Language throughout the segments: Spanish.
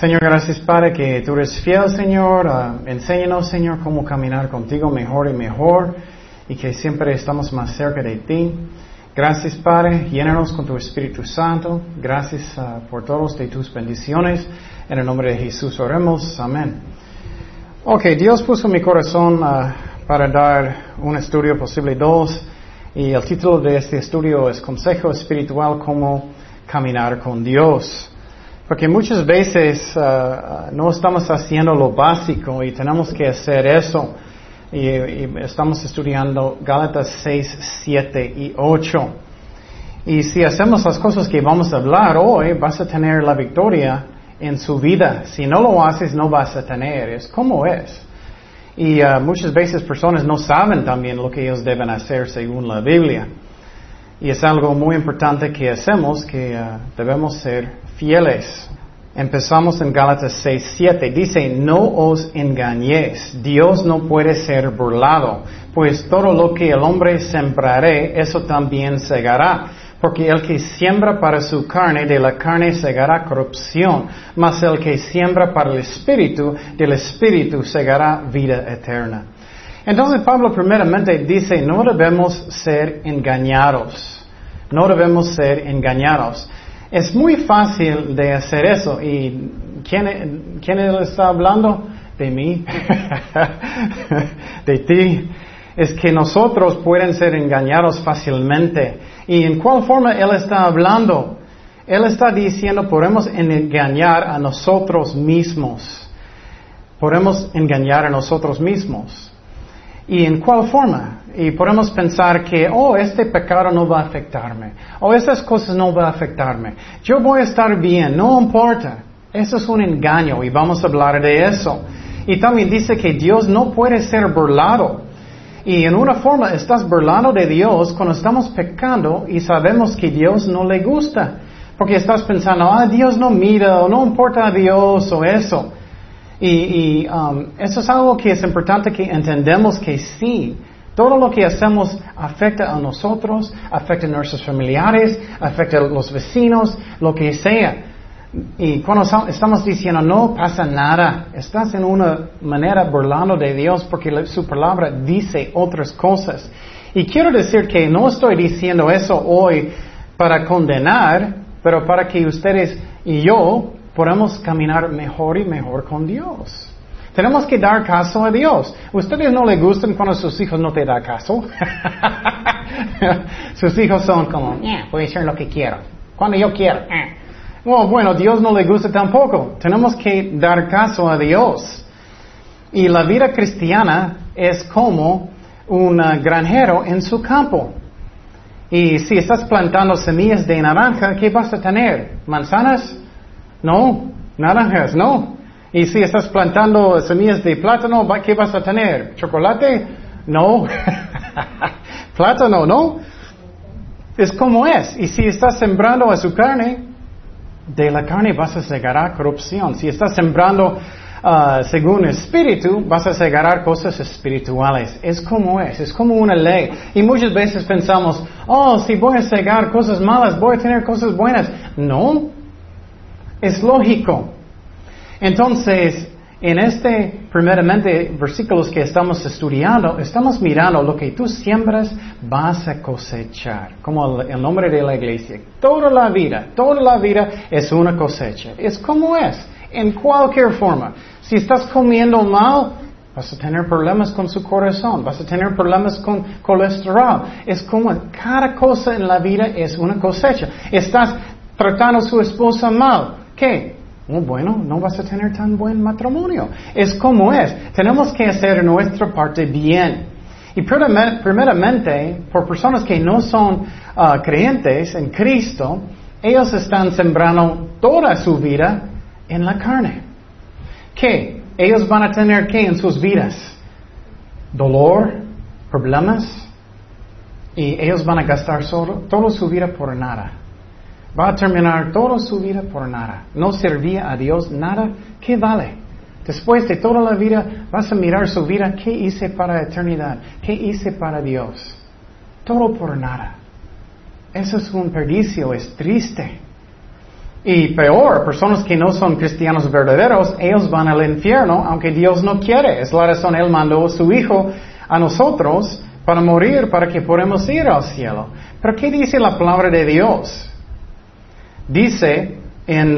Señor, gracias Padre que tú eres fiel, Señor. Enséñanos, Señor, cómo caminar contigo mejor y mejor y que siempre estamos más cerca de ti. Gracias Padre, llénanos con tu Espíritu Santo. Gracias por todos de tus bendiciones. En el nombre de Jesús oremos. Amén. Ok, Dios puso en mi corazón para dar un estudio, posible dos. Y el título de este estudio es Consejo Espiritual, cómo caminar con Dios. Porque muchas veces no estamos haciendo lo básico y tenemos que hacer eso. Y estamos estudiando Gálatas 6, 7 y 8. Y si hacemos las cosas que vamos a hablar hoy, vas a tener la victoria en su vida. Si no lo haces, no vas a tener. Es como es. Y muchas veces personas no saben también lo que ellos deben hacer según la Biblia. Y es algo muy importante que hacemos, que debemos ser fieles. Empezamos en Gálatas 6, 7. Dice, no os engañéis, Dios no puede ser burlado, pues todo lo que el hombre sembrare, eso también segará. Porque el que siembra para su carne, de la carne segará corrupción, mas el que siembra para el Espíritu, del Espíritu segará vida eterna. Entonces Pablo primeramente dice, no debemos ser engañados. No debemos ser engañados. Es muy fácil de hacer eso. ¿Y quién él está hablando? De mí. De ti. Es que nosotros pueden ser engañados fácilmente. ¿Y en cuál forma él está hablando? Él está diciendo, podemos engañar a nosotros mismos. Podemos engañar a nosotros mismos. ¿Y en cuál forma? Y podemos pensar que, este pecado no va a afectarme. Estas cosas no van a afectarme. Yo voy a estar bien, no importa. Eso es un engaño y vamos a hablar de eso. Y también dice que Dios no puede ser burlado. Y en una forma estás burlando de Dios cuando estamos pecando y sabemos que Dios no le gusta. Porque estás pensando, Dios no mira, o no importa a Dios, o eso. Y eso es algo que es importante que entendamos que sí, todo lo que hacemos afecta a nosotros, afecta a nuestros familiares, afecta a los vecinos, lo que sea. Y cuando estamos diciendo no pasa nada, estás en una manera burlando de Dios porque su palabra dice otras cosas. Y quiero decir que no estoy diciendo eso hoy para condenar, pero para que ustedes y yo podamos caminar mejor y mejor con Dios. Tenemos que dar caso a Dios. ¿Ustedes no les gustan cuando sus hijos no te dan caso? Sus hijos son como, voy a hacer lo que quiero. Cuando yo quiero. Bueno, Dios no le gusta tampoco. Tenemos que dar caso a Dios. Y la vida cristiana es como un granjero en su campo. Y si estás plantando semillas de naranja, ¿qué vas a tener? ¿Manzanas? No. Naranjas, no. Y si estás plantando semillas de plátano, ¿qué vas a tener? ¿Chocolate? No. Plátano, ¿no? Es como es. Y si estás sembrando a su carne, de la carne vas a segar corrupción. Si estás sembrando según espíritu, vas a segar cosas espirituales. Es como una ley. Y muchas veces pensamos, si voy a segar cosas malas, voy a tener cosas buenas. No. Es lógico. Entonces, en primeramente, versículos que estamos estudiando, estamos mirando lo que tú siembras, vas a cosechar. Como el nombre de la iglesia. Toda la vida es una cosecha. Es como es, en cualquier forma. Si estás comiendo mal, vas a tener problemas con su corazón, vas a tener problemas con colesterol. Es como cada cosa en la vida es una cosecha. Estás tratando a su esposa mal. ¿Qué? Bueno, no vas a tener tan buen matrimonio. Es como es. Tenemos que hacer nuestra parte bien. Y primeramente, por personas que no son creyentes en Cristo, ellos están sembrando toda su vida en la carne. ¿Qué? Ellos van a tener ¿qué en sus vidas? Dolor, problemas. Y ellos van a gastar toda su vida por nada. Va a terminar toda su vida por nada. No servía a Dios nada. ¿Qué vale? Después de toda la vida vas a mirar su vida. ¿Qué hice para la eternidad? ¿Qué hice para Dios? Todo por nada. Eso es un perdicio, es triste. Y peor, personas que no son cristianos verdaderos, ellos van al infierno, aunque Dios no quiere. Es la razón Él mandó a su Hijo a nosotros para morir, para que podamos ir al cielo. Pero ¿qué dice la palabra de Dios? Dice en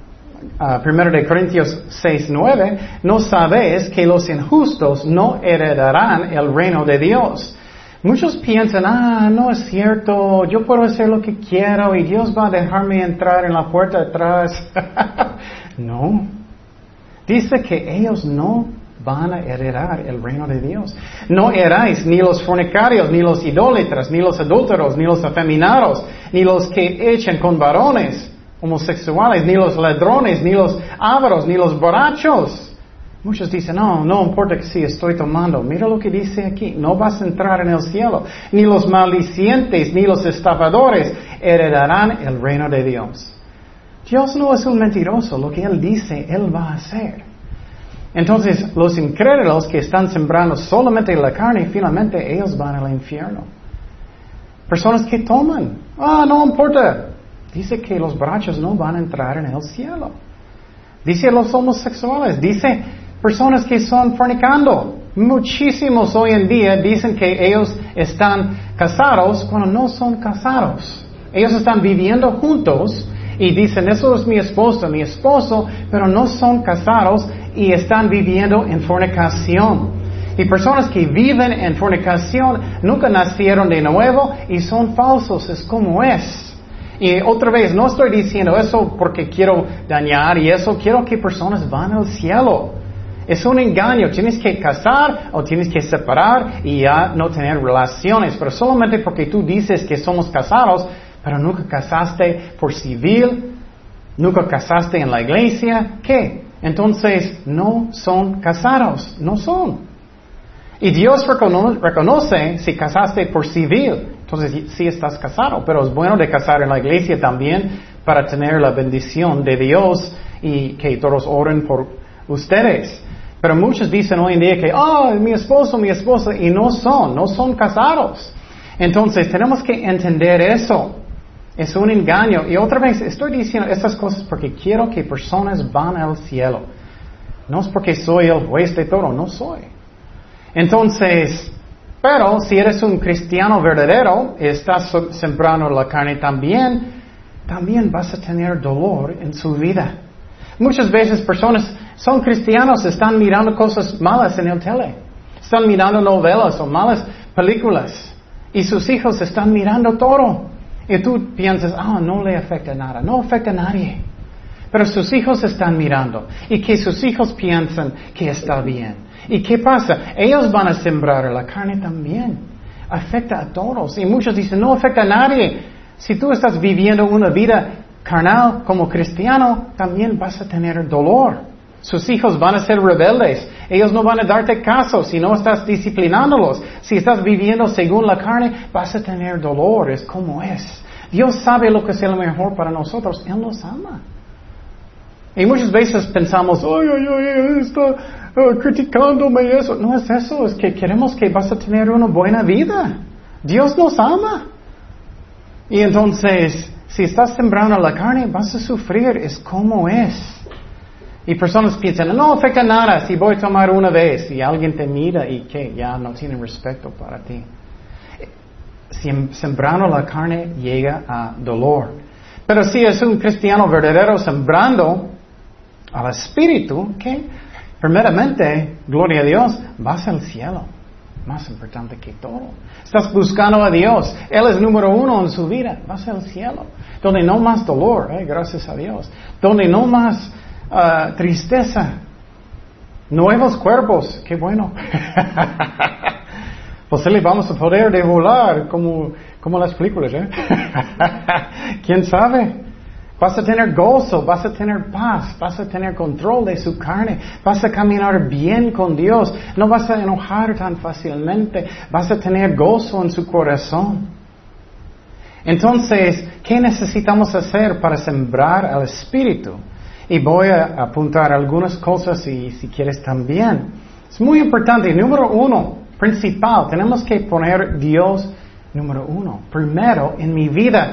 1 de Corintios 6:9, ¿no sabéis que los injustos no heredarán el reino de Dios? Muchos piensan, no es cierto, yo puedo hacer lo que quiero y Dios va a dejarme entrar en la puerta de atrás. No. Dice que ellos no van a heredar el reino de Dios. No eráis ni los fornicarios, ni los idólatras, ni los adúlteros, ni los afeminados, ni los que echen con varones homosexuales, ni los ladrones, ni los ávaros, ni los borrachos. Muchos dicen, no importa que si estoy tomando. Mira lo que dice aquí, no vas a entrar en el cielo. Ni los maldicientes, ni los estafadores heredarán el reino de Dios. Dios no es un mentiroso, lo que Él dice, Él va a hacer. Entonces, los incrédulos que están sembrando solamente la carne, finalmente ellos van al infierno. Personas que toman, no importa. Dice que los borrachos no van a entrar en el cielo. Dice los homosexuales, dice personas que son fornicando. Muchísimos hoy en día dicen que ellos están casados cuando no son casados. Ellos están viviendo juntos y dicen, eso es mi esposo, pero no son casados y están viviendo en fornicación. Y personas que viven en fornicación nunca nacieron de nuevo y son falsos, es como es. Y otra vez, no estoy diciendo eso porque quiero dañar y eso, quiero que personas van al cielo. Es un engaño, tienes que casar o tienes que separar y ya no tener relaciones, pero solamente porque tú dices que somos casados, pero nunca casaste por civil, nunca casaste en la iglesia, ¿qué? Entonces no son casados, no son. Y Dios reconoce si casaste por civil. Entonces sí estás casado, pero es bueno de casar en la iglesia también para tener la bendición de Dios y que todos oren por ustedes. Pero muchos dicen hoy en día que, mi esposa, y no son casados. Entonces tenemos que entender eso. Es un engaño. Y otra vez estoy diciendo estas cosas porque quiero que personas van al cielo. No es porque soy el juez de todo, no soy. Entonces, pero si eres un cristiano verdadero, estás sembrando la carne también vas a tener dolor en su vida. Muchas veces personas son cristianos, están mirando cosas malas en el tele, están mirando novelas o malas películas y sus hijos están mirando todo. Y tú piensas, no le afecta nada, no afecta a nadie. Pero sus hijos están mirando y que sus hijos piensan que está bien. ¿Y qué pasa? Ellos van a sembrar la carne también. Afecta a todos. Y muchos dicen, no afecta a nadie. Si tú estás viviendo una vida carnal como cristiano, también vas a tener dolor. Sus hijos van a ser rebeldes. Ellos no van a darte caso si no estás disciplinándolos. Si estás viviendo según la carne, vas a tener dolor. Es como es. Dios sabe lo que es lo mejor para nosotros. Él nos ama. Y muchas veces pensamos, está criticándome eso. No es eso, es que queremos que vas a tener una buena vida. Dios nos ama. Y entonces, si estás sembrando la carne, vas a sufrir. Es como es. Y personas piensan, no afecta nada si voy a tomar una vez y alguien te mira y que ya no tienen respeto para ti. Sembrando la carne llega a dolor. Pero si es un cristiano verdadero sembrando al Espíritu, ¿qué? Primeramente, gloria a Dios, vas al cielo. Más importante que todo. Estás buscando a Dios. Él es número uno en su vida. Vas al cielo. Donde no más dolor, gracias a Dios. Donde no más tristeza. Nuevos cuerpos. Qué bueno. Pues le vamos a poder de volar como las películas, ¿Quién sabe? Vas a tener gozo, vas a tener paz, vas a tener control de su carne, vas a caminar bien con Dios, no vas a enojar tan fácilmente, vas a tener gozo en su corazón. Entonces, ¿qué necesitamos hacer para sembrar al Espíritu? Y voy a apuntar algunas cosas y si quieres también. Es muy importante. Número uno, principal, tenemos que poner Dios número uno, primero en mi vida.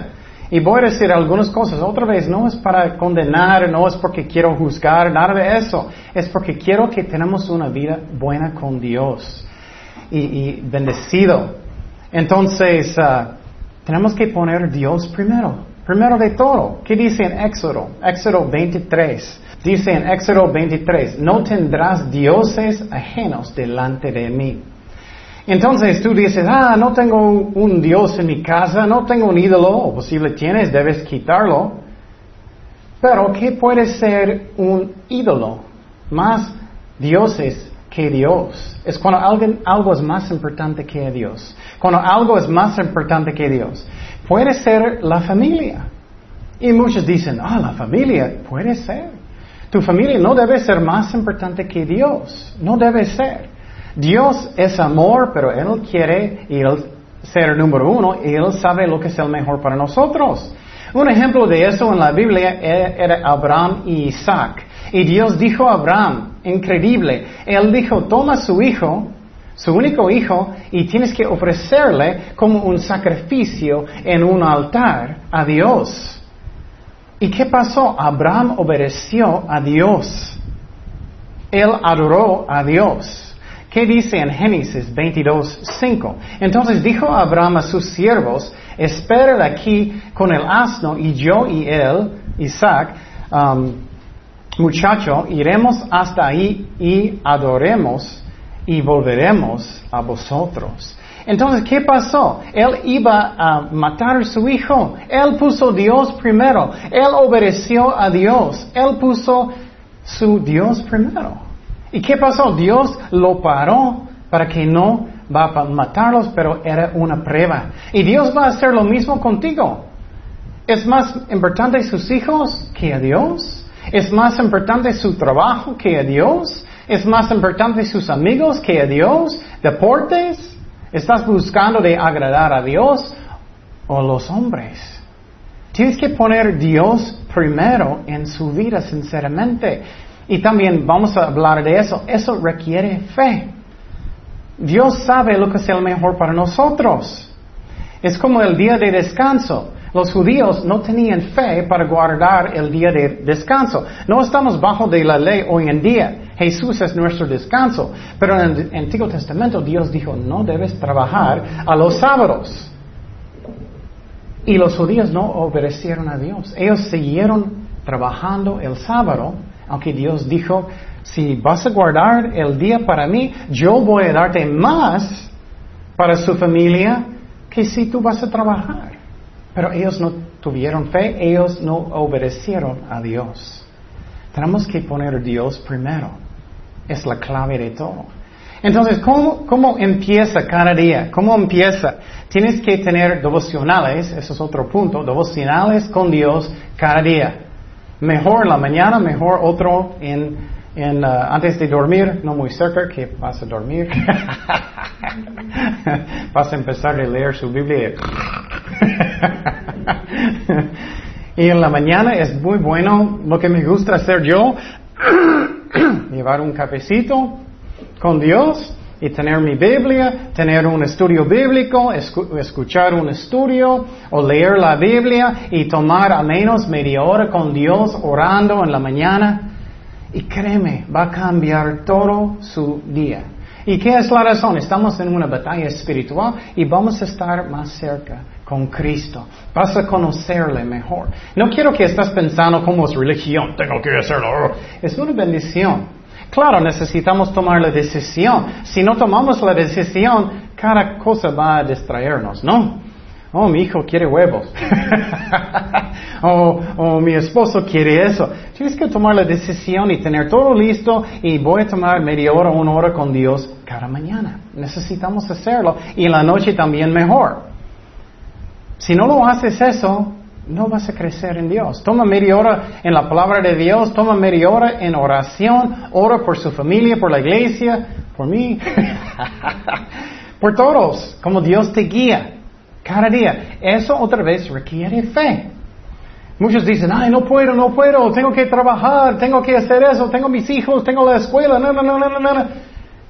Y voy a decir algunas cosas. Otra vez, no es para condenar, no es porque quiero juzgar, nada de eso. Es porque quiero que tenemos una vida buena con Dios y bendecido. Entonces, tenemos que poner Dios primero de todo. ¿Qué dice en Éxodo? Éxodo 23. Dice en Éxodo 23, no tendrás dioses ajenos delante de mí. Entonces tú dices, no tengo un Dios en mi casa, no tengo un ídolo, o posible tienes, debes quitarlo. Pero ¿qué puede ser un ídolo? Más dioses que Dios. Es cuando algo es más importante que Dios. Cuando algo es más importante que Dios. Puede ser la familia. Y muchos dicen, la familia puede ser. Tu familia no debe ser más importante que Dios. No debe ser. Dios es amor, pero Él quiere ser el número uno y Él sabe lo que es el mejor para nosotros. Un ejemplo de eso en la Biblia era Abraham y Isaac. Y Dios dijo a Abraham, increíble, Él dijo, toma su hijo, su único hijo, y tienes que ofrecerle como un sacrificio en un altar a Dios. ¿Y qué pasó? Abraham obedeció a Dios. Él adoró a Dios. ¿Qué dice en Génesis 22:5? Entonces dijo Abraham a sus siervos, esperen aquí con el asno y yo y él, Isaac, muchacho, iremos hasta ahí y adoremos y volveremos a vosotros. Entonces, ¿qué pasó? Él iba a matar a su hijo. Él puso Dios primero. Él obedeció a Dios. Él puso su Dios primero. ¿Y qué pasó? Dios lo paró para que no va a matarlos, pero era una prueba. Y Dios va a hacer lo mismo contigo. ¿Es más importante sus hijos que a Dios? ¿Es más importante su trabajo que a Dios? ¿Es más importante sus amigos que a Dios? ¿Deportes? ¿Estás buscando de agradar a Dios o a los hombres? Tienes que poner Dios primero en su vida, sinceramente. Y también vamos a hablar de eso. Eso requiere fe. Dios sabe lo que es el mejor para nosotros. Es como el día de descanso. Los judíos no tenían fe para guardar el día de descanso. No estamos bajo de la ley hoy en día. Jesús es nuestro descanso. Pero en el Antiguo Testamento Dios dijo, no debes trabajar a los sábados. Y los judíos no obedecieron a Dios. Ellos siguieron trabajando el sábado. Aunque Dios dijo, si vas a guardar el día para mí, yo voy a darte más para su familia que si tú vas a trabajar. Pero ellos no tuvieron fe, ellos no obedecieron a Dios. Tenemos que poner a Dios primero. Es la clave de todo. Entonces, ¿cómo empieza cada día? ¿Cómo empieza? Tienes que tener devocionales, eso es otro punto, devocionales con Dios cada día. Mejor en la mañana, mejor otro antes de dormir, no muy cerca, que vas a dormir. Vas a empezar a leer su Biblia. Y en la mañana es muy bueno, lo que me gusta hacer yo, llevar un cafecito con Dios y tener mi Biblia, tener un estudio bíblico, escuchar un estudio o leer la Biblia y tomar al menos media hora con Dios orando en la mañana. Y créeme, va a cambiar todo su día. ¿Y qué es la razón? Estamos en una batalla espiritual y vamos a estar más cerca con Cristo. Vas a conocerle mejor. No quiero que estés pensando cómo es religión, tengo que hacerlo. Es una bendición. Claro, necesitamos tomar la decisión. Si no tomamos la decisión, cada cosa va a distraernos, ¿no? Oh, mi hijo quiere huevos. Mi esposo quiere eso. Tienes que tomar la decisión y tener todo listo y voy a tomar media hora, una hora con Dios cada mañana. Necesitamos hacerlo y en la noche también mejor. Si no lo haces eso, no vas a crecer en Dios. Toma media hora en la palabra de Dios, toma media hora en oración, ora por su familia, por la iglesia, por mí, por todos, como Dios te guía cada día. Eso otra vez requiere fe. Muchos dicen, ay, no puedo, tengo que trabajar, tengo que hacer eso, tengo mis hijos, tengo la escuela, no.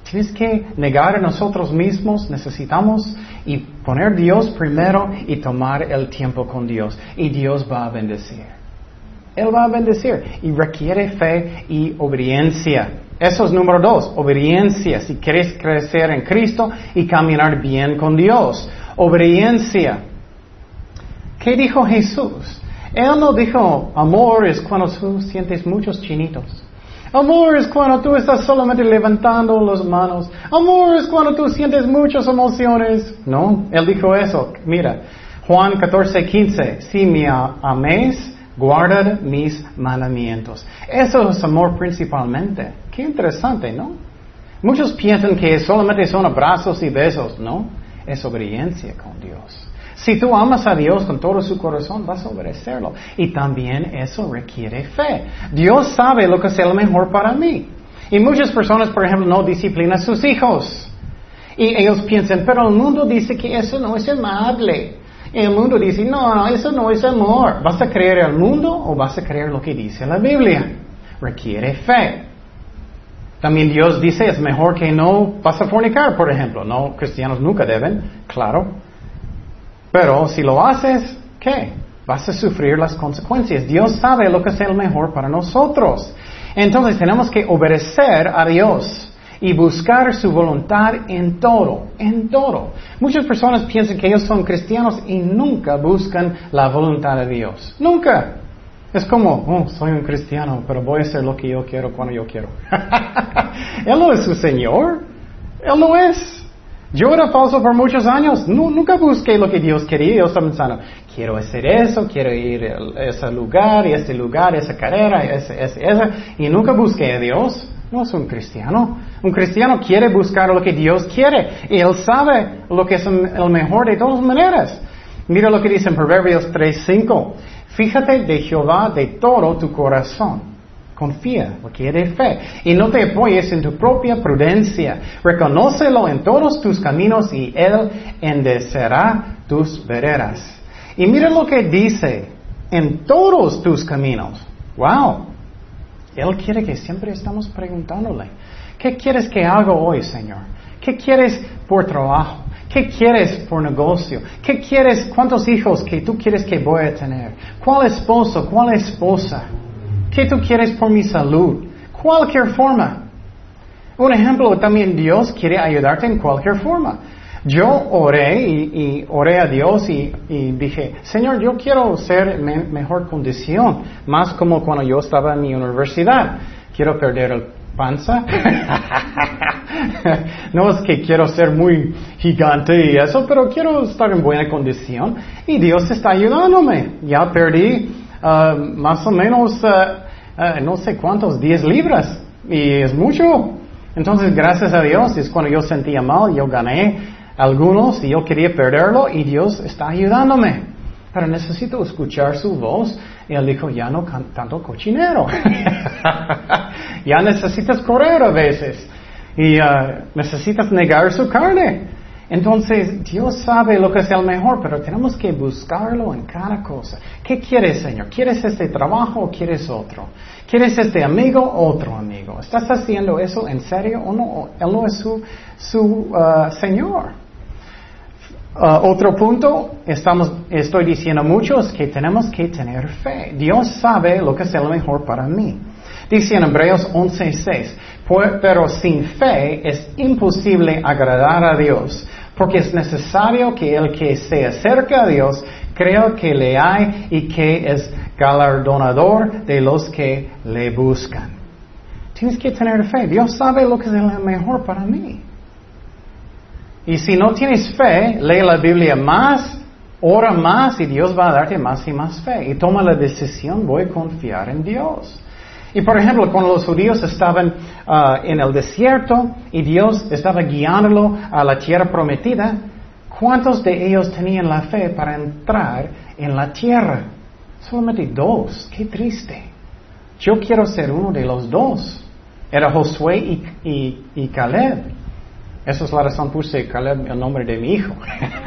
Tienes que negar a nosotros mismos, necesitamos y poner Dios primero y tomar el tiempo con Dios. Y Dios va a bendecir. Él va a bendecir y requiere fe y obediencia. Eso es número 2, obediencia. Si quieres crecer en Cristo y caminar bien con Dios. Obediencia. ¿Qué dijo Jesús? Él no dijo, amor es cuando tú sientes muchos chinitos. Amor es cuando tú estás solamente levantando las manos. Amor es cuando tú sientes muchas emociones. No, Él dijo eso. Mira, Juan 14:15. Si me améis, guardad mis mandamientos. Eso es amor principalmente. Qué interesante, ¿no? Muchos piensan que solamente son abrazos y besos. No, es obediencia con Dios. Si tú amas a Dios con todo su corazón, vas a obedecerlo. Y también eso requiere fe. Dios sabe lo que es lo mejor para mí. Y muchas personas, por ejemplo, no disciplinan a sus hijos. Y ellos piensan, pero el mundo dice que eso no es amable. Y el mundo dice, no, eso no es amor. ¿Vas a creer el mundo o vas a creer lo que dice la Biblia? Requiere fe. También Dios dice, es mejor que no vas a fornicar, por ejemplo. No, cristianos nunca deben, claro. Pero si lo haces, ¿qué? Vas a sufrir las consecuencias. Dios sabe lo que es el mejor para nosotros. Entonces tenemos que obedecer a Dios y buscar su voluntad en todo, en todo. Muchas personas piensan que ellos son cristianos y nunca buscan la voluntad de Dios. Nunca. Es como, oh, soy un cristiano, pero voy a hacer lo que yo quiero cuando yo quiero. Él no es su Señor. Él no es. Yo era falso por muchos años. Nunca busqué lo que Dios quería. Yo estaba pensando, quiero hacer eso, quiero ir a ese lugar, esa carrera, esa. Y nunca busqué a Dios. No es un cristiano. Un cristiano quiere buscar lo que Dios quiere. Y él sabe lo que es el mejor de todas maneras. Mira lo que dice en Proverbios 3:5. Fíjate de Jehová de todo tu corazón. Confía, requiere fe. Y no te apoyes en tu propia prudencia. Reconócelo en todos tus caminos y Él enderezará tus veredas. Y mira lo que dice, en todos tus caminos. ¡Wow! Él quiere que siempre estamos preguntándole, ¿qué quieres que haga hoy, Señor? ¿Qué quieres por trabajo? ¿Qué quieres por negocio? ¿Qué quieres, cuántos hijos que tú quieres que voy a tener? ¿Cuál esposo, cuál esposa? ¿Qué tú quieres por mi salud? Cualquier forma. Un ejemplo, también Dios quiere ayudarte en cualquier forma. Yo oré y oré a Dios y dije, Señor, yo quiero ser en mejor condición, más como cuando yo estaba en mi universidad. Quiero perder el panza. No es que quiero ser muy gigante y eso, pero quiero estar en buena condición. Y Dios está ayudándome. Ya perdí más o menos, no sé cuántos, 10 libras. Y es mucho. Entonces, gracias a Dios, es cuando yo sentía mal, yo gané algunos y yo quería perderlo y Dios está ayudándome. Pero necesito escuchar su voz. Y Él dijo, ya no tanto cochinero. Ya necesitas correr a veces. Y necesitas negar su carne. Entonces, Dios sabe lo que es el mejor, pero tenemos que buscarlo en cada cosa. ¿Qué quieres, Señor? ¿Quieres este trabajo o quieres otro? ¿Quieres este amigo o otro amigo? ¿Estás haciendo eso en serio o no? Él no es su Señor. Otro punto, estoy diciendo muchos que tenemos que tener fe. Dios sabe lo que es lo mejor para mí. Dice en Hebreos 11:6, pero sin fe es imposible agradar a Dios, porque es necesario que el que se acerca a Dios crea que le hay y que es galardonador de los que le buscan. Tienes que tener fe. Dios sabe lo que es lo mejor para mí. Y si no tienes fe, lee la Biblia más, ora más y Dios va a darte más y más fe. Y toma la decisión, voy a confiar en Dios. Y por ejemplo, cuando los judíos estaban en el desierto y Dios estaba guiándolo a la tierra prometida, ¿cuántos de ellos tenían la fe para entrar en la tierra? Solamente 2. Qué triste. Yo quiero ser uno de los 2. Era Josué y Caleb. Esa es la razón puse Caleb el nombre de mi hijo.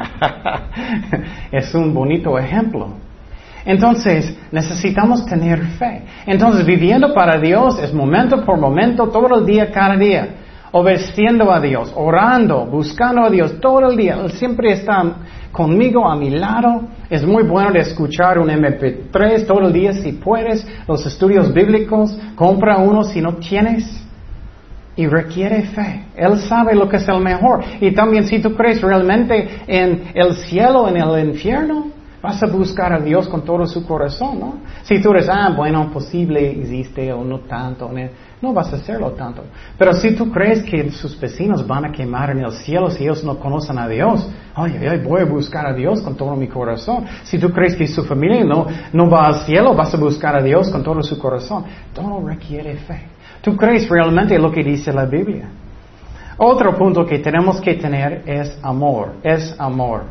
Es un bonito ejemplo. Entonces, necesitamos tener fe. Entonces, viviendo para Dios es momento por momento, todo el día, cada día. obedeciendo a Dios, orando, buscando a Dios todo el día. Él siempre está conmigo, a mi lado. Es muy bueno de escuchar un MP3 todo el día si puedes. Los estudios bíblicos, compra uno si no tienes. Y requiere fe. Él sabe lo que es el mejor. Y también si tú crees realmente en el cielo, en el infierno, vas a buscar a Dios con todo su corazón, ¿no? Si tú eres, bueno, posible existe o no tanto, no vas a hacerlo tanto. Pero si tú crees que sus vecinos van a quemar en el cielo si ellos no conocen a Dios, voy a buscar a Dios con todo mi corazón. Si tú crees que su familia no va al cielo, vas a buscar a Dios con todo su corazón. Todo requiere fe. ¿Tú crees realmente lo que dice la Biblia? Otro punto que tenemos que tener es amor. Es amor.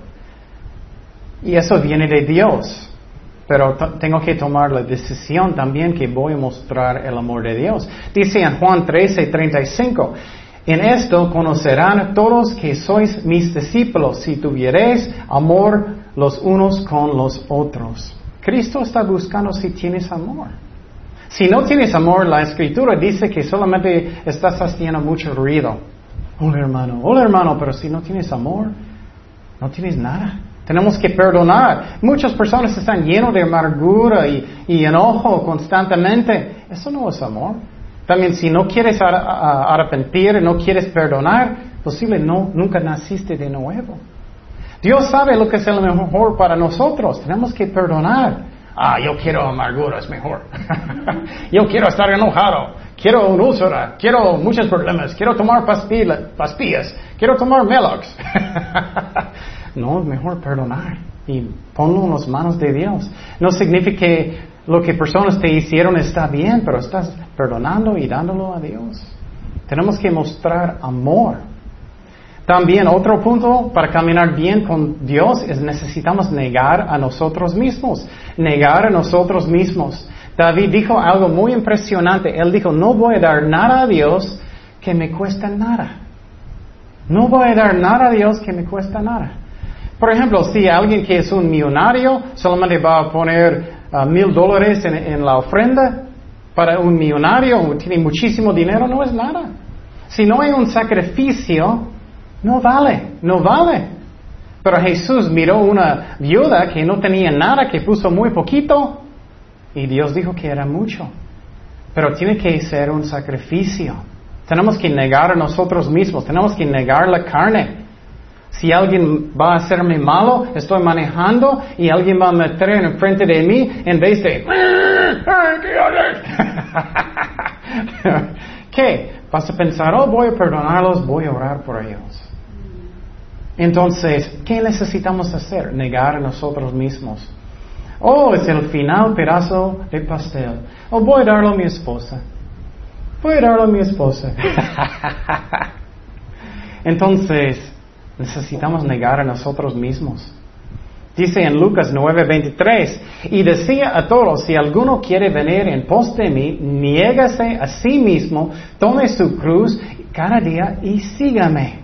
Y eso viene de Dios. Pero tengo que tomar la decisión también que voy a mostrar el amor de Dios. Dice en Juan 13:35, en esto conocerán todos que sois mis discípulos, si tuviereis amor los unos con los otros. Cristo está buscando si tienes amor. Si no tienes amor, la Escritura dice que solamente estás haciendo mucho ruido. Hola hermano, pero si no tienes amor, no tienes nada. Tenemos que perdonar. Muchas personas están llenas de amargura y enojo constantemente. Eso no es amor. También si no quieres arrepentir, no quieres perdonar, nunca naciste de nuevo. Dios sabe lo que es el mejor para nosotros. Tenemos que perdonar. Yo quiero amargura, es mejor. Yo quiero estar enojado. Quiero un úlcera. Quiero muchos problemas. Quiero tomar pastillas. Quiero tomar Melox. No, es mejor perdonar. Y ponlo en las manos de Dios. No significa que lo que personas te hicieron está bien, pero estás perdonando y dándolo a Dios. Tenemos que mostrar amor. También otro punto para caminar bien con Dios es necesitamos negar a nosotros mismos. Negar a nosotros mismos. David dijo algo muy impresionante. Él dijo, no voy a dar nada a Dios que me cueste nada. No voy a dar nada a Dios que me cueste nada. Por ejemplo, si alguien que es un millonario solamente va a poner $1,000 en la ofrenda para un millonario, tiene muchísimo dinero, no es nada. Si no hay un sacrificio, no vale. Pero Jesús miró una viuda que no tenía nada, que puso muy poquito, y Dios dijo que era mucho. Pero tiene que ser un sacrificio. Tenemos que negar a nosotros mismos, tenemos que negar la carne. Si alguien va a hacerme malo, estoy manejando y alguien va a meter enfrente de mí en vez de ¿qué? Vas a pensar, voy a perdonarlos, voy a orar por ellos. Entonces, ¿qué necesitamos hacer? Negar a nosotros mismos. Es el final pedazo de pastel. Voy a darlo a mi esposa. Entonces, necesitamos negar a nosotros mismos. Dice en Lucas 9:23, y decía a todos, si alguno quiere venir en pos de mí, niégase a sí mismo, tome su cruz cada día y sígame.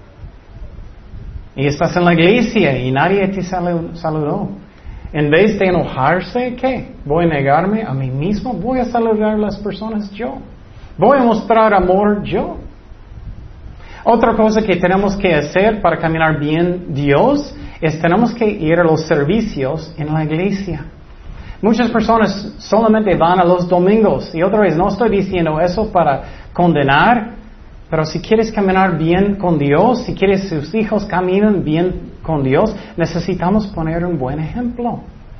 Y estás en la iglesia y nadie te saludó. En vez de enojarse, ¿qué? Voy a negarme a mí mismo, voy a saludar a las personas yo. Voy a mostrar amor yo. Otra cosa que tenemos que hacer para caminar bien Dios es tenemos que ir a los servicios en la iglesia. Muchas personas solamente van a los domingos. Y otra vez, no estoy diciendo eso para condenar, pero si quieres caminar bien con Dios, si quieres que sus hijos caminen bien con Dios, necesitamos poner un buen ejemplo.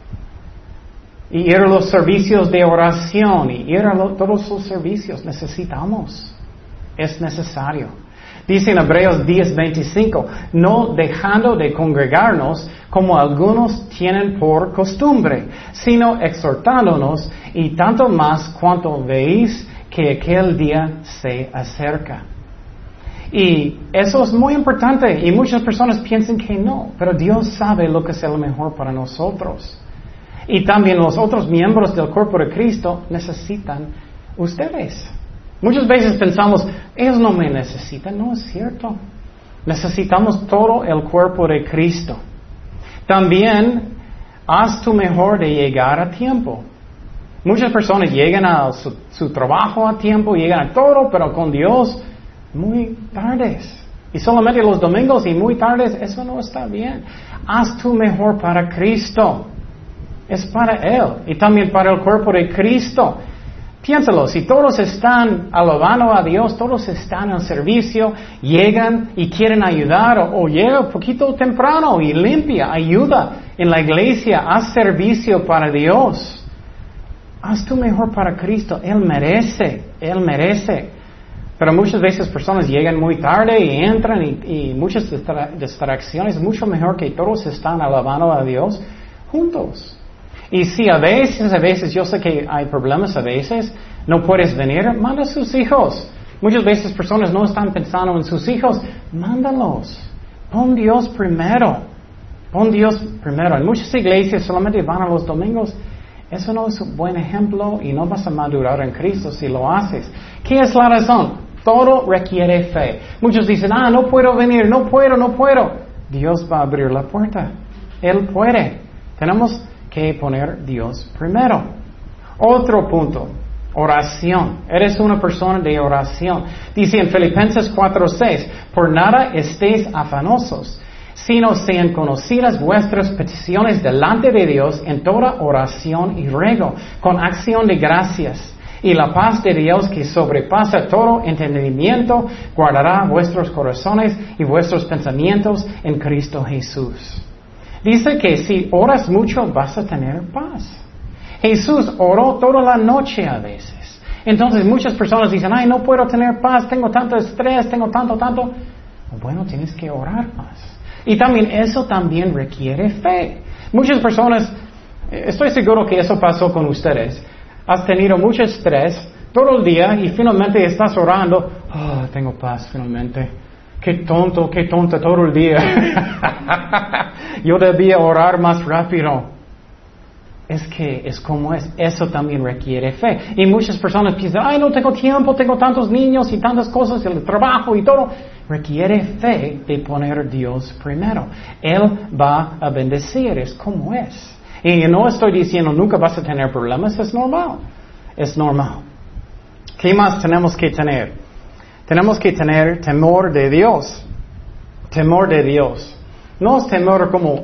Y ir a los servicios de oración, y ir a todos los servicios, necesitamos. Es necesario. Dice en Hebreos 10:25, no dejando de congregarnos como algunos tienen por costumbre, sino exhortándonos, y tanto más cuanto veis que aquel día se acerca. Y eso es muy importante, y muchas personas piensan que no, pero Dios sabe lo que es lo mejor para nosotros. Y también los otros miembros del cuerpo de Cristo necesitan ustedes. Muchas veces pensamos, ellos no me necesitan. No es cierto. Necesitamos todo el cuerpo de Cristo. También, haz tu mejor de llegar a tiempo. Muchas personas llegan a su trabajo a tiempo, llegan a todo, pero con Dios muy tardes. Y solamente los domingos y muy tardes, eso no está bien. Haz tu mejor para Cristo. Es para Él y también para el cuerpo de Cristo. Piénsalo, si todos están alabando a Dios, todos están en servicio, llegan y quieren ayudar o llega un poquito temprano y limpia, ayuda en la iglesia, haz servicio para Dios. Haz tu mejor para Cristo, Él merece. Pero muchas veces personas llegan muy tarde y entran y muchas distracciones, mucho mejor que todos están alabando a Dios juntos. Y si a veces, yo sé que hay problemas a veces, no puedes venir, manda a sus hijos. Muchas veces personas no están pensando en sus hijos, mándalos. Pon Dios primero. En muchas iglesias solamente van a los domingos. Eso no es un buen ejemplo y no vas a madurar en Cristo si lo haces. ¿Qué es la razón? Todo requiere fe. Muchos dicen, no puedo venir, no puedo. Dios va a abrir la puerta. Él puede. Tenemos que poner Dios primero. Otro punto, oración. Eres una persona de oración. Dice en Filipenses 4:6, por nada estéis afanosos, sino sean conocidas vuestras peticiones delante de Dios en toda oración y ruego, con acción de gracias. Y la paz de Dios que sobrepasa todo entendimiento, guardará vuestros corazones y vuestros pensamientos en Cristo Jesús. Dice que si oras mucho vas a tener paz. Jesús oró toda la noche a veces. Entonces muchas personas dicen, no puedo tener paz, tengo tanto estrés, tengo tanto. Bueno, tienes que orar más. Y también eso también requiere fe. Muchas personas, estoy seguro que eso pasó con ustedes. Has tenido mucho estrés todo el día y finalmente estás orando. Tengo paz finalmente. Qué tonto todo el día. Yo debía orar más rápido. Es como es. Eso también requiere fe. Y muchas personas piensan, no tengo tiempo, tengo tantos niños y tantas cosas, el trabajo y todo. Requiere fe de poner a Dios primero. Él va a bendecir, es como es. Y yo no estoy diciendo nunca vas a tener problemas, es normal. ¿Qué más tenemos que tener? Tenemos que tener temor de Dios. Temor de Dios. No es temor como,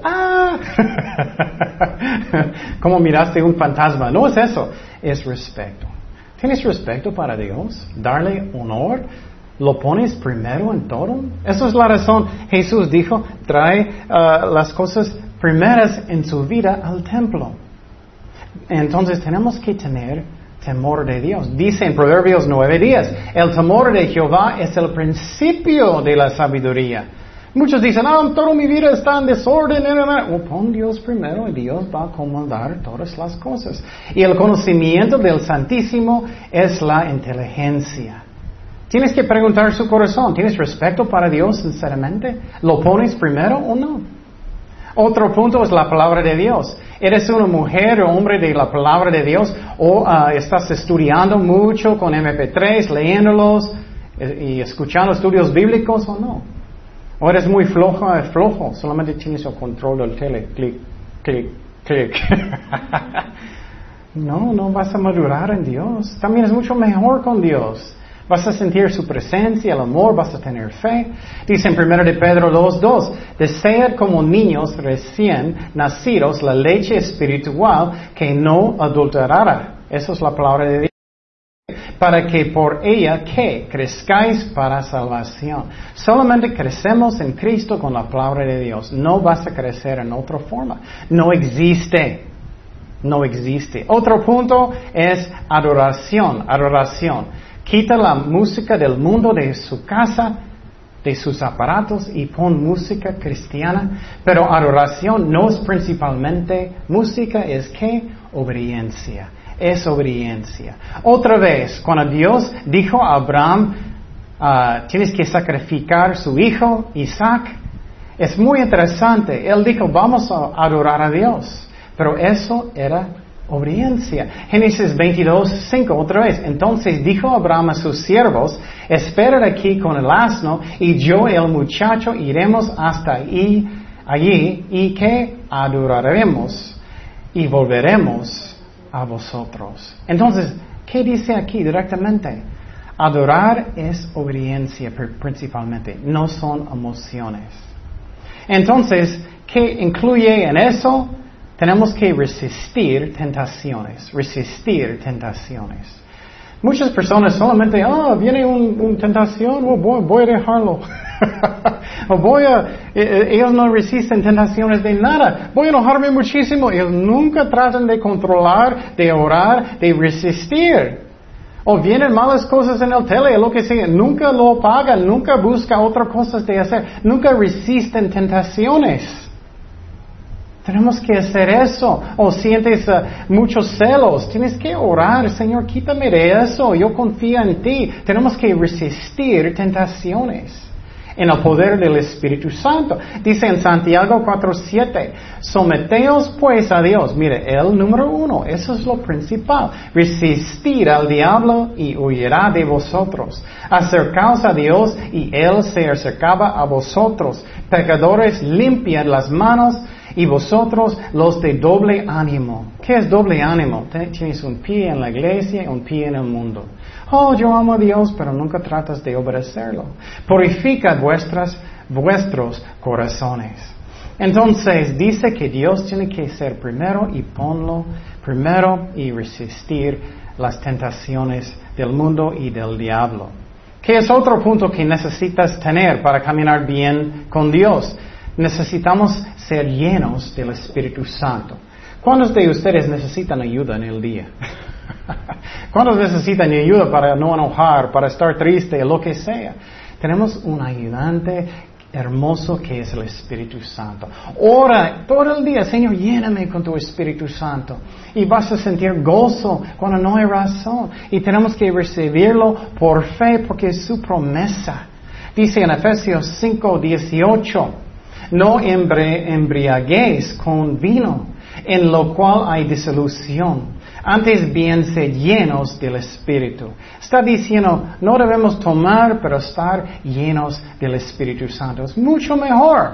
como miraste un fantasma. No es eso. Es respeto. ¿Tienes respeto para Dios? Darle honor. ¿Lo pones primero en todo? Esa es la razón. Jesús dijo, trae las cosas primeras en su vida al templo. Entonces tenemos que tener temor de Dios. Dice en Proverbios 9:10, el temor de Jehová es el principio de la sabiduría. Muchos dicen, toda mi vida está en desorden. Pon Dios primero y Dios va a acomodar todas las cosas. Y el conocimiento del Santísimo es la inteligencia. Tienes que preguntar su corazón, ¿tienes respeto para Dios sinceramente? ¿Lo pones primero o no? Otro punto es la palabra de Dios. ¿Eres una mujer o hombre de la palabra de Dios? ¿O estás estudiando mucho con MP3, leyéndolos y escuchando estudios bíblicos o no? ¿O eres muy flojo? Solamente tienes el control del tele. Clic. No vas a madurar en Dios. También es mucho mejor con Dios. Vas a sentir su presencia, el amor, vas a tener fe. Dice en 1 de Pedro 2:2, desead como niños recién nacidos la leche espiritual que no adulterará. Esa es la palabra de Dios. Para que por ella, ¿qué? Crezcáis para salvación. Solamente crecemos en Cristo con la palabra de Dios. No vas a crecer en otra forma. No existe. Otro punto es adoración. Quita la música del mundo de su casa, de sus aparatos y pon música cristiana. Pero adoración no es principalmente música, es que obediencia. Es obediencia. Otra vez, cuando Dios dijo a Abraham, tienes que sacrificar su hijo Isaac, es muy interesante. Él dijo, vamos a adorar a Dios. Pero eso era obediencia. Génesis 22:5, otra vez. Entonces dijo Abraham a sus siervos, esperad aquí con el asno, y yo y el muchacho iremos hasta allí, y que adoraremos, y volveremos a vosotros. Entonces, ¿qué dice aquí directamente? Adorar es obediencia principalmente, no son emociones. Entonces, ¿qué incluye en eso? Tenemos que resistir tentaciones, Muchas personas solamente, viene una tentación, voy a dejarlo. Ellos no resisten tentaciones de nada. Voy a enojarme muchísimo. Ellos nunca tratan de controlar, de orar, de resistir. O vienen malas cosas en el tele, lo que sea. Nunca lo apagan, nunca buscan otras cosas de hacer. Nunca resisten tentaciones. Tenemos que hacer eso. O sientes muchos celos. Tienes que orar, Señor, quítame de eso. Yo confío en ti. Tenemos que resistir tentaciones en el poder del Espíritu Santo. Dice en Santiago 4:7, someteos pues a Dios. Mire, el número 1, eso es lo principal. Resistir al diablo y huirá de vosotros. Acercaos a Dios y Él se acercaba a vosotros. Pecadores, limpiad las manos. Y vosotros los de doble ánimo. ¿Qué es doble ánimo? Tienes un pie en la iglesia y un pie en el mundo. Yo amo a Dios, pero nunca tratas de obedecerlo. Purificad vuestros corazones. Entonces, dice que Dios tiene que ser primero y ponlo primero y resistir las tentaciones del mundo y del diablo. ¿Qué es otro punto que necesitas tener para caminar bien con Dios? Necesitamos ser llenos del Espíritu Santo. ¿Cuántos de ustedes necesitan ayuda en el día? ¿Cuántos necesitan ayuda para no enojar, para estar triste, lo que sea? Tenemos un ayudante hermoso que es el Espíritu Santo. Ora todo el día, Señor, lléname con tu Espíritu Santo. Y vas a sentir gozo cuando no hay razón. Y tenemos que recibirlo por fe porque es su promesa. Dice en Efesios 5:18, no embriaguéis con vino, en lo cual hay disolución. Antes bien sed llenos del Espíritu. Está diciendo, no debemos tomar, pero estar llenos del Espíritu Santo. Es mucho mejor.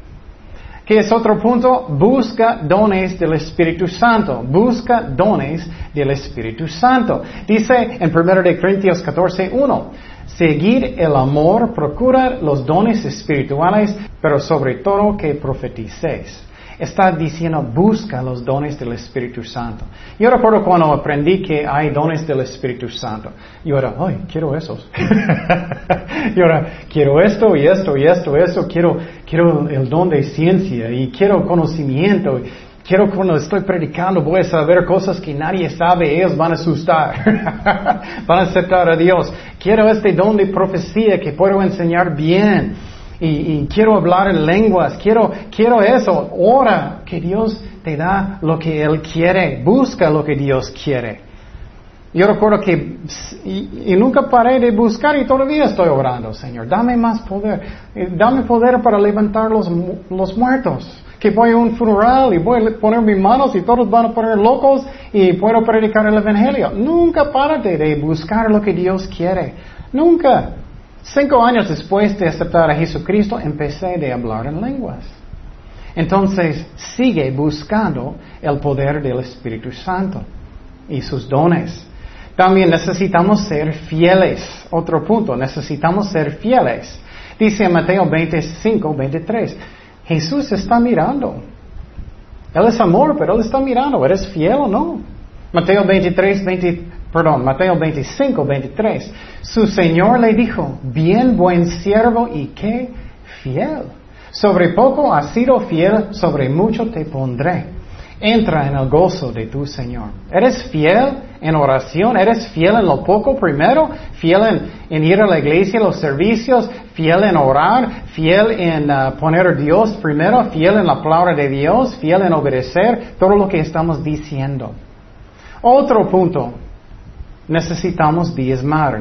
¿Qué es otro punto? Busca dones del Espíritu Santo. Busca dones del Espíritu Santo. Dice en 1 Corintios 14:1. Seguir el amor, procura los dones espirituales, pero sobre todo que profeticéis. Está diciendo, busca los dones del Espíritu Santo. Yo recuerdo cuando aprendí que hay dones del Espíritu Santo. Yo era, quiero esos. Yo era, quiero esto y esto y esto, eso. Quiero el don de ciencia y quiero conocimiento. Quiero cuando estoy predicando voy a saber cosas que nadie sabe, ellos van a asustar, van a aceptar a Dios. Quiero este don de profecía que puedo enseñar bien y quiero hablar en lenguas, quiero eso. Ora que Dios te da lo que Él quiere, busca lo que Dios quiere. Yo recuerdo que y nunca paré de buscar y todavía estoy orando, Señor, dame más poder, dame poder para levantar los muertos. Que voy a un funeral y voy a poner mis manos y todos van a poner locos y puedo predicar el Evangelio. Nunca párate de buscar lo que Dios quiere. Nunca. 5 años después de aceptar a Jesucristo, empecé a hablar en lenguas. Entonces, sigue buscando el poder del Espíritu Santo y sus dones. También necesitamos ser fieles. Otro punto, necesitamos ser fieles. Dice en Mateo 25:23. Jesús está mirando. Él es amor, pero Él está mirando. ¿Eres fiel o no? Mateo 25:23. Su Señor le dijo, bien buen siervo y qué fiel. Sobre poco has sido fiel, sobre mucho te pondré. Entra en el gozo de tu Señor. ¿Eres fiel en oración? ¿Eres fiel en lo poco primero? ¿Fiel en ir a la iglesia, los servicios? ¿Fiel en orar? ¿Fiel en poner a Dios primero? ¿Fiel en la palabra de Dios? ¿Fiel en obedecer? Todo lo que estamos diciendo. Otro punto. Necesitamos diezmar.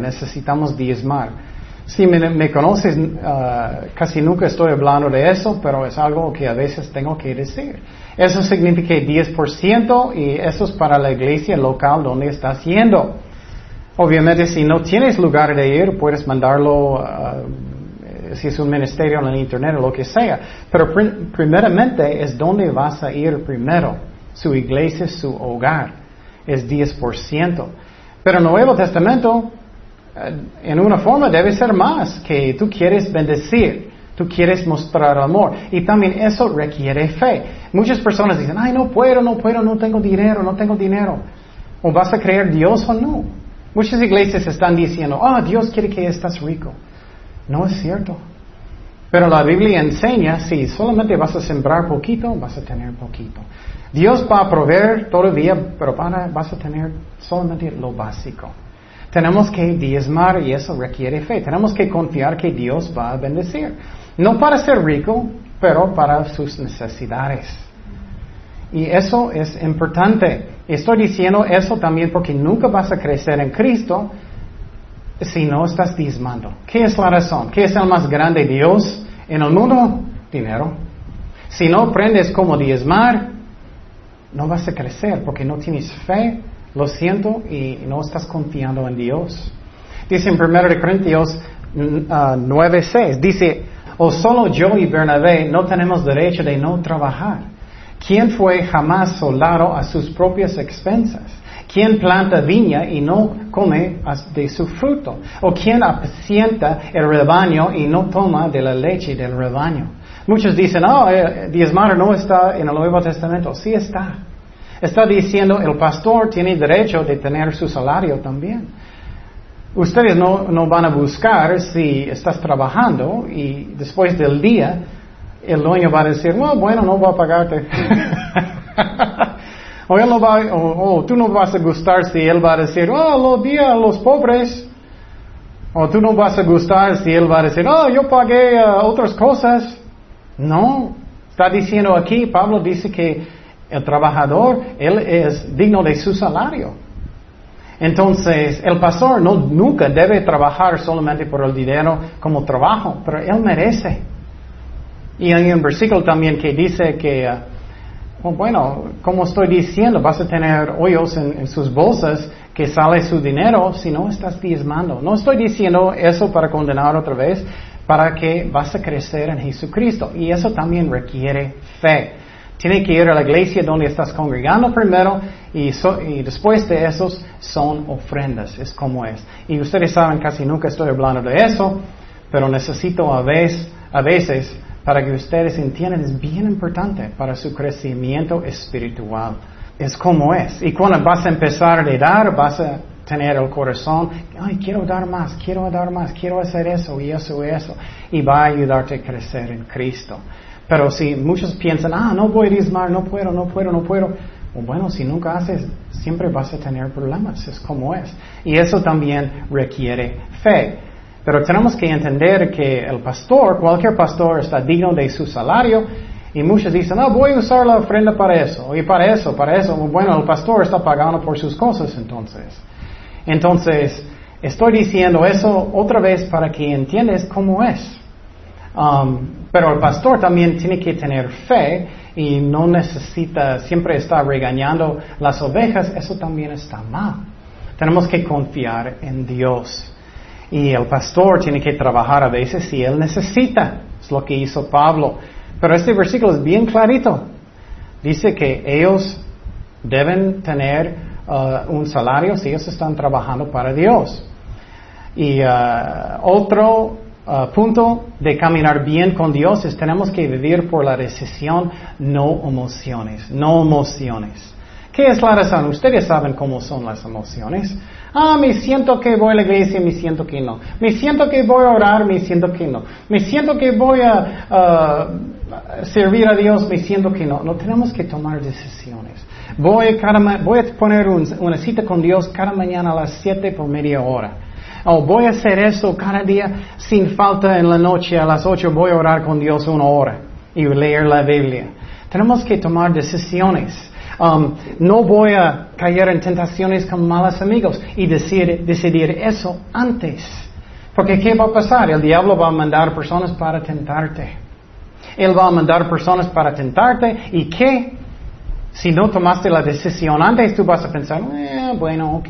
Si me conoces, casi nunca estoy hablando de eso, pero es algo que a veces tengo que decir. Eso significa 10% y eso es para la iglesia local donde estás yendo. Obviamente, si no tienes lugar de ir, puedes mandarlo, si es un ministerio en el internet o lo que sea. Pero primeramente es donde vas a ir primero. Su iglesia, su hogar. Es 10%. Pero en el Nuevo Testamento en una forma debe ser más, que tú quieres bendecir, tú quieres mostrar amor. Y también eso requiere fe. Muchas personas dicen, ay, no puedo, no tengo dinero. ¿O vas a creer Dios o no? Muchas iglesias están diciendo, Dios quiere que estés rico. No es cierto. Pero la Biblia enseña, si solamente vas a sembrar poquito, vas a tener poquito. Dios va a proveer todavía, pero vas a tener solamente lo básico. Tenemos que diezmar y eso requiere fe. Tenemos que confiar que Dios va a bendecir. No para ser rico, pero para sus necesidades. Y eso es importante. Estoy diciendo eso también porque nunca vas a crecer en Cristo si no estás diezmando. ¿Qué es la razón? ¿Qué es el más grande Dios en el mundo? Dinero. Si no aprendes cómo diezmar, no vas a crecer porque no tienes fe, lo siento, y no estás confiando en Dios. Dice en 1 Corintios 9:6, dice, o solo yo y Bernabé no tenemos derecho de no trabajar. ¿Quién fue jamás soldado a sus propias expensas? ¿Quién planta viña y no come de su fruto? ¿O quién apacienta el rebaño y no toma de la leche del rebaño? Muchos dicen, diezmar no está en el Nuevo Testamento. Sí está. Está diciendo, el pastor tiene derecho de tener su salario también. Ustedes no van a buscar si estás trabajando y después del día el dueño va a decir, bueno, no va a pagarte. O él no va, o tú no vas a gustar si él va a decir, los días a los pobres. O tú no vas a gustar si él va a decir, yo pagué otras cosas. No, está diciendo aquí, Pablo dice que el trabajador, él es digno de su salario. Entonces, el pastor nunca debe trabajar solamente por el dinero como trabajo, pero él merece. Y hay un versículo también que dice que, como estoy diciendo, vas a tener hoyos en sus bolsas que sale su dinero si no estás diezmando. No estoy diciendo eso para condenar otra vez, para que vas a crecer en Jesucristo. Y eso también requiere fe. Tienes que ir a la iglesia donde estás congregando primero y después de esos son ofrendas. Es como es. Y ustedes saben, casi nunca estoy hablando de eso, pero necesito a veces para que ustedes entiendan, es bien importante para su crecimiento espiritual. Es como es. Y cuando vas a empezar a dar, vas a tener el corazón, quiero dar más, quiero hacer eso y eso y eso. Y va a ayudarte a crecer en Cristo. Pero si muchos piensan, no voy a diezmar, no puedo. Bueno, si nunca haces, siempre vas a tener problemas, es como es. Y eso también requiere fe. Pero tenemos que entender que el pastor, cualquier pastor, está digno de su salario. Y muchos dicen, voy a usar la ofrenda para eso. Y para eso. Bueno, el pastor está pagando por sus cosas Entonces, estoy diciendo eso otra vez para que entiendas cómo es. Pero el pastor también tiene que tener fe y no necesita siempre estar regañando las ovejas. Eso también está mal. Tenemos que confiar en Dios. Y el pastor tiene que trabajar a veces si él necesita. Es lo que hizo Pablo. Pero este versículo es bien clarito. Dice que ellos deben tener un salario si ellos están trabajando para Dios. Y otro punto de caminar bien con Dios es tenemos que vivir por la decisión, no emociones. ¿Qué es la razón? Ustedes saben cómo son las emociones. Me siento que voy a la iglesia, me siento que no. Me siento que voy a orar, me siento que no. Me siento que voy a servir a Dios, me siento que no. No tenemos que tomar decisiones. Voy a poner una cita con Dios cada mañana a las 7 por media hora. Voy a hacer eso cada día sin falta en la noche a las 8 voy a orar con Dios 1 hora y leer la Biblia. Tenemos que tomar decisiones. No voy a caer en tentaciones con malos amigos y decidir eso antes. Porque ¿qué va a pasar? El diablo va a mandar personas para tentarte. Él va a mandar personas para tentarte y ¿qué? Si no tomaste la decisión antes, tú vas a pensar, ok.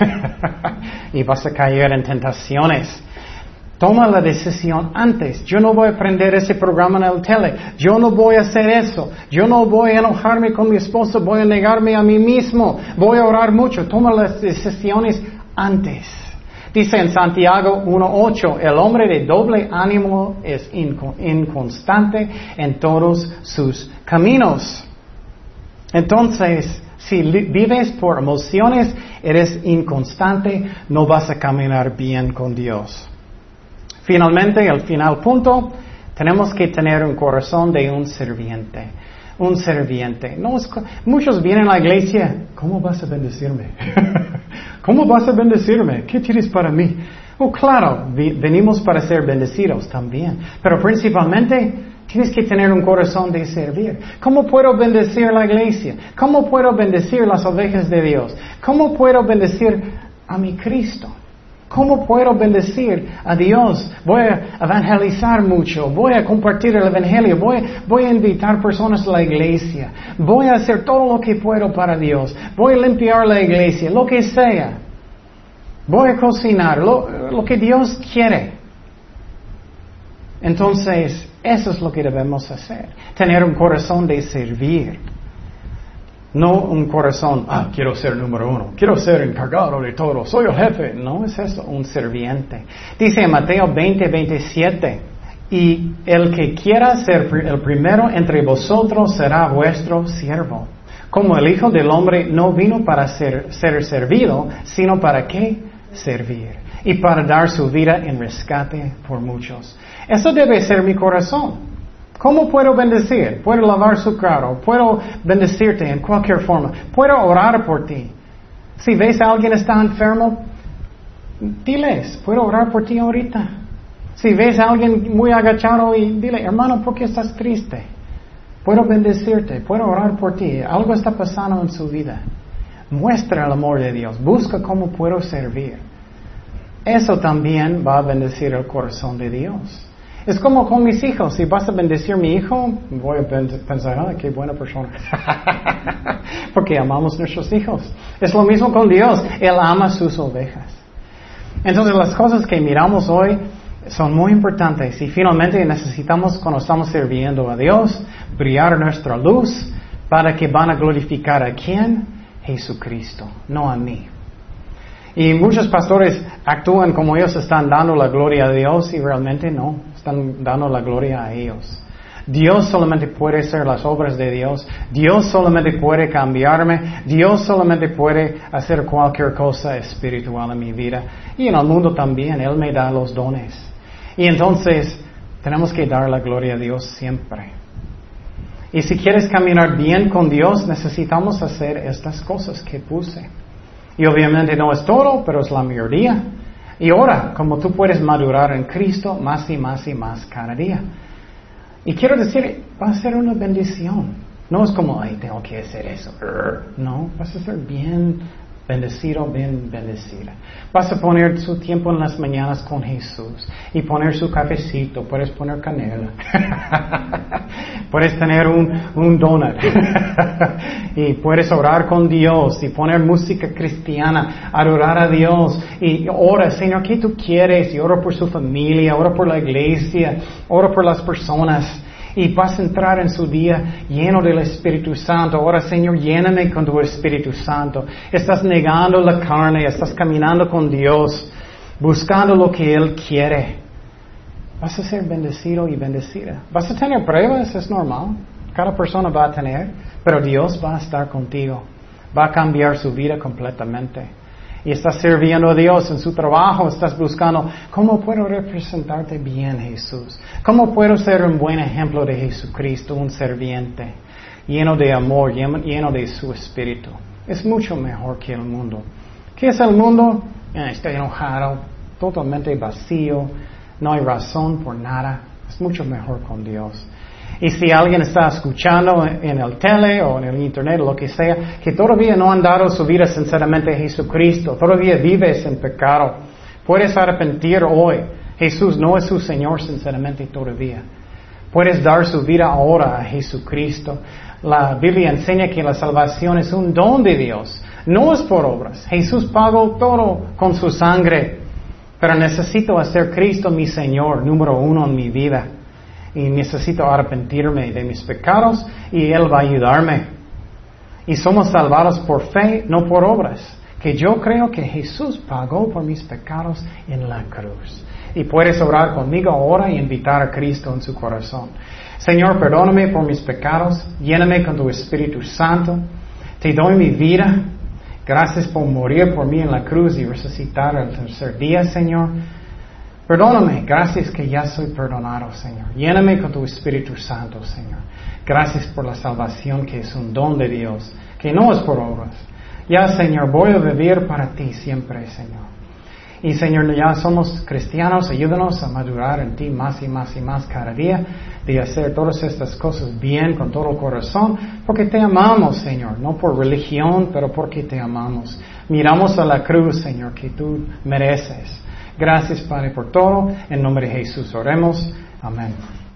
Y vas a caer en tentaciones. Toma la decisión antes. Yo no voy a prender ese programa en el tele. Yo no voy a hacer eso. Yo no voy a enojarme con mi esposo. Voy a negarme a mí mismo. Voy a orar mucho. Toma las decisiones antes. Dice en Santiago 1:8, el hombre de doble ánimo es inconstante en todos sus caminos. Entonces, si vives por emociones, eres inconstante, no vas a caminar bien con Dios. Finalmente, el final punto, tenemos que tener un corazón de un serviente. Un serviente. Muchos vienen a la iglesia, ¿cómo vas a bendecirme? ¿Cómo vas a bendecirme? ¿Qué tienes para mí? Oh, claro, venimos para ser bendecidos también, pero principalmente tienes que tener un corazón de servir. ¿Cómo puedo bendecir la iglesia? ¿Cómo puedo bendecir las ovejas de Dios? ¿Cómo puedo bendecir a mi Cristo? ¿Cómo puedo bendecir a Dios? Voy a evangelizar mucho, voy a compartir el evangelio, voy a invitar personas a la iglesia, voy a hacer todo lo que puedo para Dios, voy a limpiar la iglesia, lo que sea. Voy a cocinar, lo que Dios quiere. Entonces, eso es lo que debemos hacer. Tener un corazón de servir. No un corazón, quiero ser número uno, quiero ser encargado de todo, soy el jefe. No es eso, un serviente. Dice en Mateo 20:27, y el que quiera ser el primero entre vosotros será vuestro siervo. Como el Hijo del Hombre no vino para ser servido, sino para ¿qué? Servir. Y para dar su vida en rescate por muchos. Eso debe ser mi corazón. ¿Cómo puedo bendecir? Puedo lavar su carro, puedo bendecirte en cualquier forma, puedo orar por ti. Si ves a alguien que está enfermo, diles, puedo orar por ti ahorita. Si ves a alguien muy agachado y dile, hermano, ¿por qué estás triste? Puedo bendecirte, puedo orar por ti. Algo está pasando en su vida. Muestra el amor de Dios, busca cómo puedo servir. Eso también va a bendecir el corazón de Dios. Es como con mis hijos. Si vas a bendecir a mi hijo, voy a pensar, qué buena persona. Porque amamos nuestros hijos. Es lo mismo con Dios. Él ama sus ovejas. Entonces las cosas que miramos hoy son muy importantes. Y finalmente necesitamos, cuando estamos sirviendo a Dios, brillar nuestra luz para que van a glorificar a ¿quién? Jesucristo, no a mí. Y muchos pastores actúan como ellos están dando la gloria a Dios y realmente no, están dando la gloria a ellos. Dios solamente puede hacer las obras de Dios, Dios solamente puede cambiarme, Dios solamente puede hacer cualquier cosa espiritual en mi vida y en el mundo también, Él me da los dones. Y entonces tenemos que dar la gloria a Dios siempre. Y si quieres caminar bien con Dios, necesitamos hacer estas cosas que puse. Y obviamente no es todo, pero es la mayoría. Y ahora, como tú puedes madurar en Cristo más y más y más cada día. Y quiero decir, va a ser una bendición. No es como, tengo que hacer eso. No, vas a ser bien bendecido, bien bendecida. Vas a poner su tiempo en las mañanas con Jesús. Y poner su cafecito, puedes poner canela. Puedes tener un donut. Y puedes orar con Dios y poner música cristiana, adorar a Dios y ora, Señor, ¿qué tú quieres? Y ora por su familia, ora por la iglesia, ora por las personas. Y vas a entrar en su día lleno del Espíritu Santo. Ahora, Señor, lléname con tu Espíritu Santo. Estás negando la carne, estás caminando con Dios, buscando lo que Él quiere. Vas a ser bendecido y bendecida. Vas a tener pruebas, es normal. Cada persona va a tener, pero Dios va a estar contigo. Va a cambiar su vida completamente. Y estás sirviendo a Dios en su trabajo, estás buscando, ¿cómo puedo representarte bien, Jesús? ¿Cómo puedo ser un buen ejemplo de Jesucristo, un serviente, lleno de amor, lleno de su Espíritu? Es mucho mejor que el mundo. ¿Qué es el mundo? Estoy enojado, totalmente vacío, no hay razón por nada. Es mucho mejor con Dios. Y si alguien está escuchando en el tele o en el internet o lo que sea, que todavía no han dado su vida sinceramente a Jesucristo, todavía vives en pecado, puedes arrepentir hoy. Jesús no es su Señor sinceramente todavía. Puedes dar su vida ahora a Jesucristo. La Biblia enseña que la salvación es un don de Dios, no es por obras. Jesús pagó todo con su sangre, pero necesito hacer Cristo mi Señor, número uno en mi vida. Y necesito arrepentirme de mis pecados y Él va a ayudarme. Y somos salvados por fe, no por obras. que yo creo que Jesús pagó por mis pecados en la cruz. Y puedes orar conmigo ahora y invitar a Cristo en su corazón. Señor, perdóname por mis pecados, lléname con tu Espíritu Santo, te doy mi vida. Gracias por morir por mí en la cruz y resucitar al tercer día, Señor. Perdóname, gracias que ya soy perdonado, Señor. Lléname con tu Espíritu Santo, Señor. Gracias por la salvación que es un don de Dios, que no es por obras. Ya, Señor, voy a vivir para ti siempre, Señor. Y, Señor, ya somos cristianos, ayúdanos a madurar en ti más y más y más cada día, de hacer todas estas cosas bien con todo el corazón, porque te amamos, Señor, no por religión, pero porque te amamos. Miramos a la cruz, Señor, que tú mereces. Gracias, Padre, por todo. En nombre de Jesús oremos. Amén.